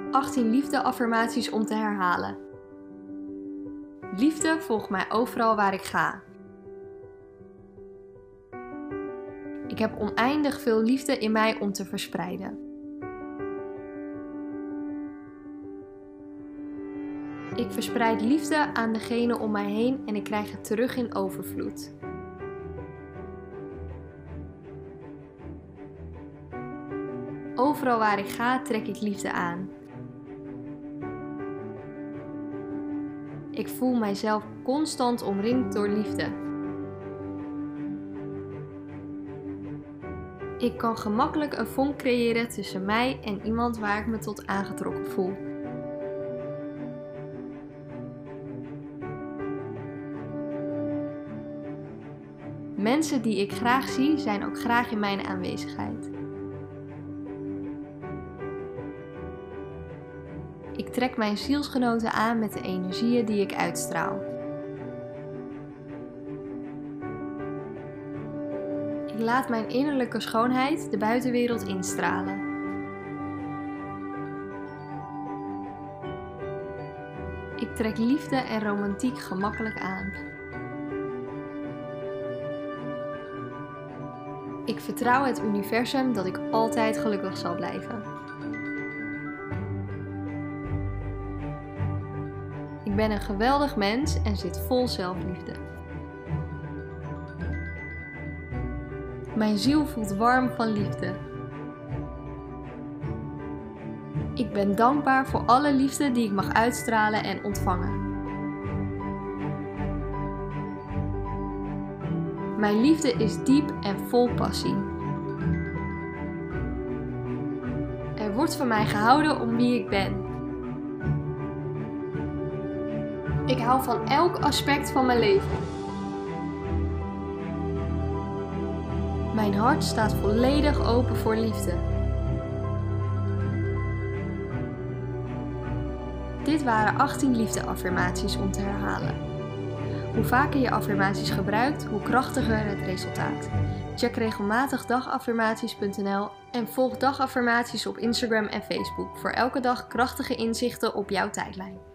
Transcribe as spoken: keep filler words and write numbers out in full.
achttien liefde-affirmaties om te herhalen. Liefde volgt mij overal waar ik ga. Ik heb oneindig veel liefde in mij om te verspreiden. Ik verspreid liefde aan degenen om mij heen en ik krijg het terug in overvloed. Overal waar ik ga, trek ik liefde aan. Ik voel mijzelf constant omringd door liefde. Ik kan gemakkelijk een vonk creëren tussen mij en iemand waar ik me tot aangetrokken voel. Mensen die ik graag zie, zijn ook graag in mijn aanwezigheid. Ik trek mijn zielsgenoten aan met de energieën die ik uitstraal. Ik laat mijn innerlijke schoonheid de buitenwereld instralen. Ik trek liefde en romantiek gemakkelijk aan. Ik vertrouw het universum dat ik altijd gelukkig zal blijven. Ik ben een geweldig mens en zit vol zelfliefde. Mijn ziel voelt warm van liefde. Ik ben dankbaar voor alle liefde die ik mag uitstralen en ontvangen. Mijn liefde is diep en vol passie. Er wordt van mij gehouden om wie ik ben. Ik hou van elk aspect van mijn leven. Mijn hart staat volledig open voor liefde. Dit waren achttien liefde-affirmaties om te herhalen. Hoe vaker je affirmaties gebruikt, hoe krachtiger het resultaat. Check regelmatig dagaffirmaties punt n l en volg dagaffirmaties op Instagram en Facebook voor elke dag krachtige inzichten op jouw tijdlijn.